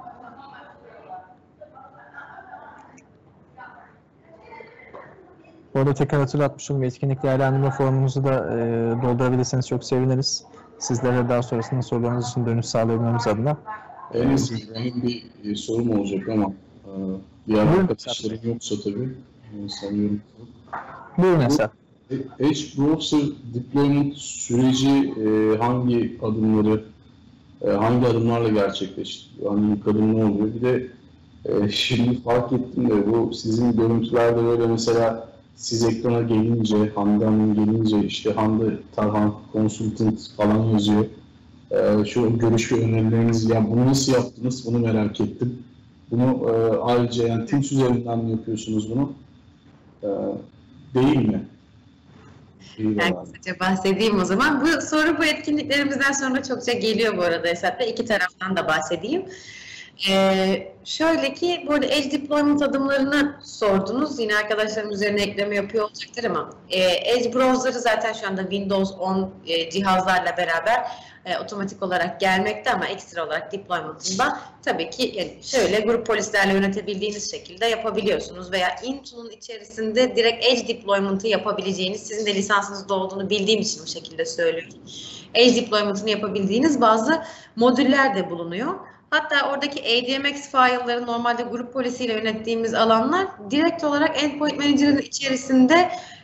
Bu arada tekrar hatırlatmış olayım, etkinlik değerlendirme formumuzu da e, doldurabilirseniz çok seviniriz. Sizlere daha sonrasında sorularınız için dönüş sağlayabilmemiz adına. Evet, benim bir e, sorum olacak ama e, diğer arkadaşlarım yoksa tabii e, sanıyorum. Buyurun Esat. Edge Browser deployment süreci e, hangi adımları, e, hangi adımlarla gerçekleşti? Hangi ilk adım ne oluyor? Bir de e, şimdi fark ettim de bu sizin görüntülerde böyle mesela siz ekrana gelince, Hande Hanım gelince işte Hande Tarhan Consultant falan yazıyor. Ee, şu görüş ve önerileriniz, ya bunu nasıl yaptınız bunu merak ettim. Bunu e, ayrıca yani Teams üzerinden mi yapıyorsunuz bunu? Ee, değil mi? Değil ben kısaca bahsedeyim o zaman. Bu soru bu etkinliklerimizden sonra çokça geliyor bu arada Esat Bey. İki taraftan da bahsedeyim. Ee, şöyle ki burada Edge Deployment adımlarını sordunuz. Yine arkadaşlarım üzerine ekleme yapıyor olacaktır ama e, Edge Browser'ı zaten şu anda Windows on e, cihazlarla beraber e, otomatik olarak gelmekte ama ekstra olarak deployment'ında tabii ki yani şöyle grup polislerle yönetebildiğiniz şekilde yapabiliyorsunuz veya Intune'un içerisinde direkt Edge Deployment'ı yapabileceğiniz, sizin de lisansınızda olduğunu bildiğim için bu şekilde söylüyorum. Edge Deployment'ını yapabildiğiniz bazı modüller de bulunuyor. Hatta oradaki A D M X file'ları normalde grup polisiyle yönettiğimiz alanlar direkt olarak Endpoint Manager'ın içerisinde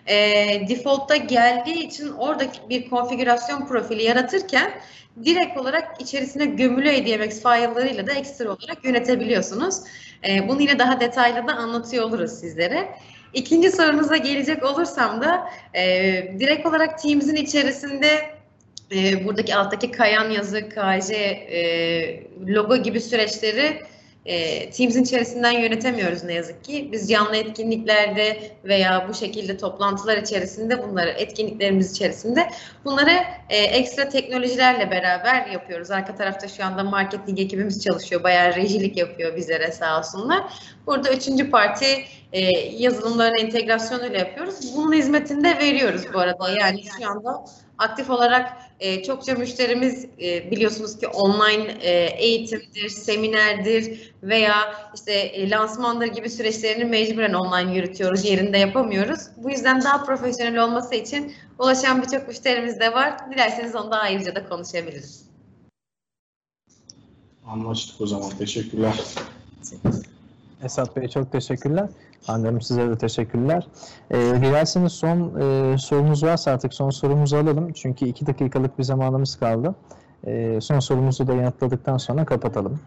e, default'ta geldiği için oradaki bir konfigürasyon profili yaratırken direkt olarak içerisine gömülü A D M X file'larıyla da ekstra olarak yönetebiliyorsunuz. E, bunu yine daha detaylı da anlatıyor oluruz sizlere. İkinci sorunuza gelecek olursam da e, direkt olarak Teams'in içerisinde e, buradaki alttaki kayan yazı, K J, e, logo gibi süreçleri e, Teams'in içerisinden yönetemiyoruz ne yazık ki. Biz canlı etkinliklerde veya bu şekilde toplantılar içerisinde bunları, etkinliklerimiz içerisinde bunları e, ekstra teknolojilerle beraber yapıyoruz. Arka tarafta şu anda marketing ekibimiz çalışıyor. Bayağı rejilik yapıyor bizlere sağ olsunlar. Burada üçüncü parti e, yazılımların entegrasyonuyla yapıyoruz. Bunun hizmetini de veriyoruz bu arada. Yani şu anda aktif olarak e, çokça müşterimiz e, biliyorsunuz ki online e, eğitimdir, seminerdir veya işte e, lansmandır gibi süreçlerini mecburen online yürütüyoruz, yerinde yapamıyoruz. Bu yüzden daha profesyonel olması için ulaşan birçok müşterimiz de var. Dilerseniz onu da ayrıca da konuşabiliriz. Anlaştık o zaman. Teşekkürler. Esat Bey çok teşekkürler. Hande Hanım size de teşekkürler. Ee, dilerseniz son e, sorunuz varsa artık son sorumuzu alalım. Çünkü iki dakikalık bir zamanımız kaldı. E, son sorumuzu da yanıtladıktan sonra kapatalım.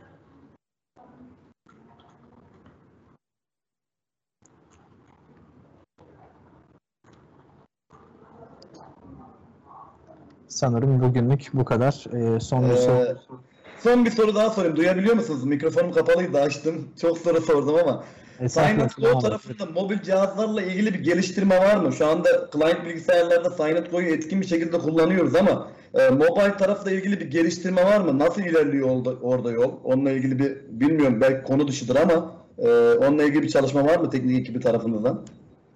Sanırım bugünlük bu kadar. E, son bir soru. Ee, son bir soru daha sorayım. Duyabiliyor musunuz? Mikrofonum kapalıydı, açtım. Çok soru sordum ama. Silent Go tarafında mobil cihazlarla ilgili bir geliştirme var mı? Şu anda client bilgisayarlarda Silent Go'yu etkin bir şekilde kullanıyoruz ama e, mobile tarafla ilgili bir geliştirme var mı? Nasıl ilerliyor orada, orada yol? Onunla ilgili bir, bilmiyorum, belki konu dışıdır ama e, onunla ilgili bir çalışma var mı teknik ekibi tarafından?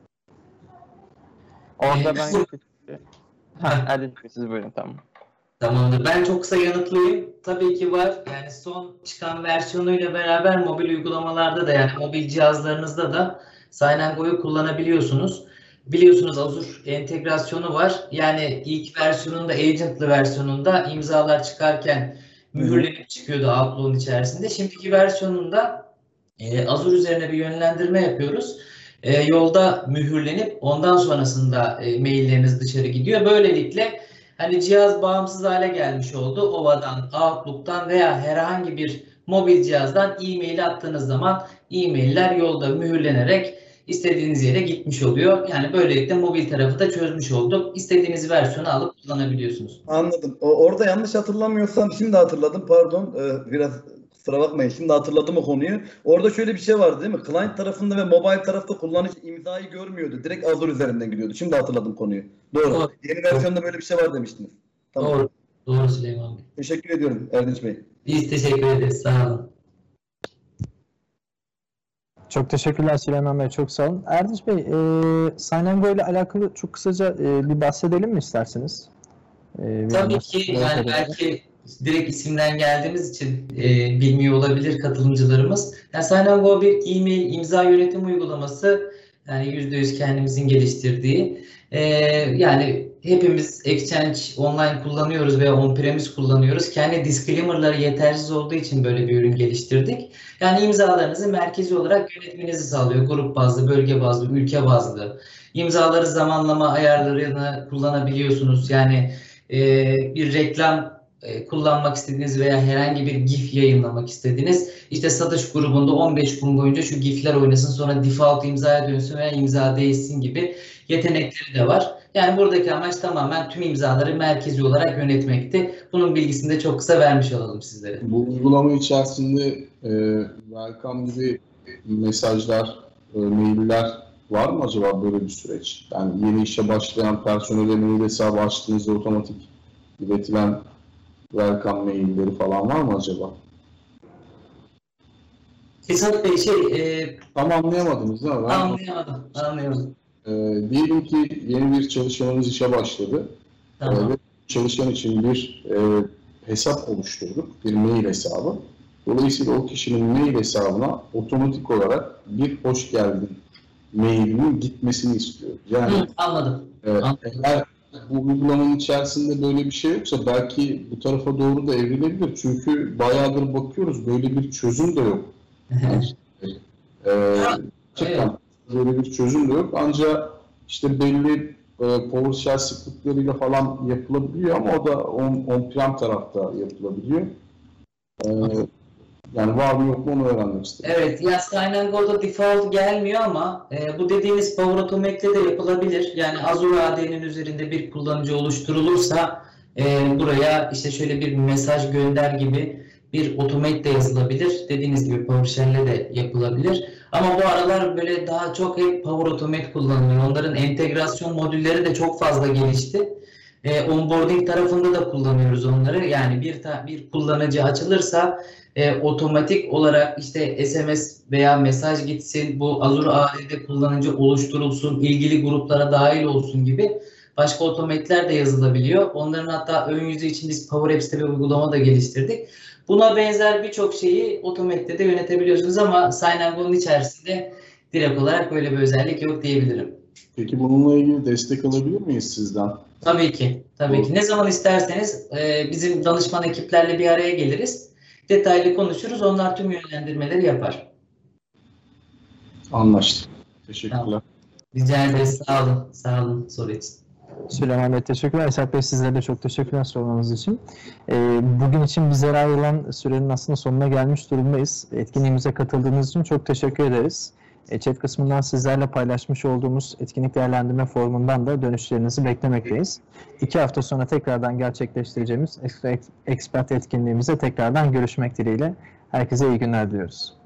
Orada ben... Ha, hadi siz buyurun, tamam. Tamamdır. Ben çok kısa yanıtlayayım. Tabii ki var. Yani son çıkan versiyonuyla beraber mobil uygulamalarda da, yani mobil cihazlarınızda da Silent Go'yu kullanabiliyorsunuz. Biliyorsunuz Azure entegrasyonu var. Yani ilk versiyonunda, agentlı versiyonunda imzalar çıkarken mühürlenip çıkıyordu Outlook'un içerisinde. Şimdiki versiyonunda e, Azure üzerine bir yönlendirme yapıyoruz. E, yolda mühürlenip ondan sonrasında e, mailleriniz dışarı gidiyor. Böylelikle hani cihaz bağımsız hale gelmiş oldu. Ova'dan, Outlook'tan veya herhangi bir mobil cihazdan e-mail attığınız zaman e-mailler yolda mühürlenerek istediğiniz yere gitmiş oluyor. Yani böylelikle mobil tarafı da çözmüş olduk. İstediğiniz versiyonu alıp kullanabiliyorsunuz. Anladım. O, orada yanlış hatırlamıyorsam, şimdi hatırladım, pardon. Ee, biraz kusura bakmayın. Şimdi hatırladım o konuyu. Orada şöyle bir şey vardı değil mi? Client tarafında ve mobile tarafta kullanıcı imzayı görmüyordu. Direkt Azure üzerinden gidiyordu. Şimdi hatırladım konuyu. Doğru. Doğru. Yeni versiyonda böyle bir şey var demiştiniz. Tamam. Doğru. Doğru Süleyman Bey. Teşekkür ediyorum Erdinç Bey. Biz teşekkür ederiz. Sağ olun. Çok teşekkürler Süleyman Bey. Çok sağ olun. Erdinç Bey, e, Silent Go ile alakalı çok kısaca e, bir bahsedelim mi isterseniz? E, Tabii ki. Yani belki direkt isimden geldiğimiz için e, bilmiyor olabilir katılımcılarımız. Yani Silent Go bir e-mail imza yönetim uygulaması. Yani yüzde yüz kendimizin geliştirdiği. E, yani hepimiz Exchange online kullanıyoruz veya on-premise kullanıyoruz. Kendi disclaimer'ları yetersiz olduğu için böyle bir ürün geliştirdik. Yani imzalarınızı merkezi olarak yönetmenizi sağlıyor. Grup bazlı, bölge bazlı, ülke bazlı. İmzaları zamanlama ayarlarını kullanabiliyorsunuz. Yani e, bir reklam e, kullanmak istediğiniz veya herhangi bir GIF yayınlamak istediğiniz, işte satış grubunda on beş gün boyunca şu GIF'ler oynasın, sonra default imzaya dönsün veya imza değişsin gibi yetenekleri de var. Yani buradaki amaç tamamen tüm imzaları merkezi olarak yönetmekti. Bunun bilgisini de çok kısa vermiş olalım sizlere. Bu uygulama içerisinde e, welcome gibi mesajlar, e, mailler var mı acaba, böyle bir süreç? Yani yeni işe başlayan personele mail hesabı açtığınızda otomatik iletilen welcome mailleri falan var mı acaba? Esat Bey şey... E, Tam anlayamadınız değil mi? Ben anlayamadım. Anlayamadım. E, diyelim ki yeni bir çalışanınız işe başladı. Tamam. E, çalışan için bir e, hesap oluşturduk, bir mail hesabı. Dolayısıyla o kişinin mail hesabına otomatik olarak bir hoş geldin mailinin gitmesini istiyor. Yani Hı, anladım. E, eğer bu uygulamanın içerisinde böyle bir şey yoksa belki bu tarafa doğru da evrilebilir. Çünkü bayağıdır bakıyoruz, böyle bir çözüm de yok. Yani, e, gerçekten böyle bir çözüm de yok. Ancak işte belli e, PowerShell sıklıklarıyla falan yapılabiliyor ama o da on, on-prem tarafta yapılabiliyor. E, yani var mı yok mu onu öğrenmek istedim. Evet, ya Sign and Go'da default gelmiyor ama e, bu dediğiniz Power Automate'le de yapılabilir. Yani Azure A D'nin üzerinde bir kullanıcı oluşturulursa e, buraya işte şöyle bir mesaj gönder gibi bir automate de yazılabilir. Dediğiniz gibi PowerShell'le de yapılabilir. Ama bu aralar böyle daha çok hep Power Automate kullanılıyor. Onların entegrasyon modülleri de çok fazla gelişti. E, onboarding tarafında da kullanıyoruz onları. Yani bir ta, bir kullanıcı açılırsa e, otomatik olarak işte S M S veya mesaj gitsin, bu Azure A D'de kullanıcı oluşturulsun, ilgili gruplara dahil olsun gibi başka otomate'ler de yazılabiliyor. Onların hatta ön yüzü için biz Power Apps'te bir uygulama da geliştirdik. Buna benzer birçok şeyi otomate'de de yönetebiliyorsunuz ama Sign and Go'nun içerisinde direkt olarak böyle bir özellik yok diyebilirim. Peki bununla ilgili destek alabilir miyiz sizden? Tabii ki. Tabii ki. Ne zaman isterseniz e, bizim danışman ekiplerle bir araya geliriz. Detaylı konuşuruz. Onlar tüm yönlendirmeleri yapar. Anlaştık. Teşekkürler. Tamam. Rica ederiz. Sağ olun. Sağ olun soru için. Süleyman Bey teşekkürler. Esat Bey sizlere de çok teşekkürler sormanız için. Ee, bugün için bizlere ayrılan sürenin aslında sonuna gelmiş durumdayız. Etkinliğimize katıldığınız için çok teşekkür ederiz. E, chat kısmından sizlerle paylaşmış olduğumuz etkinlik değerlendirme formundan da dönüşlerinizi beklemekteyiz. İki hafta sonra tekrardan gerçekleştireceğimiz Expert etkinliğimize tekrardan görüşmek dileğiyle. Herkese iyi günler diliyoruz.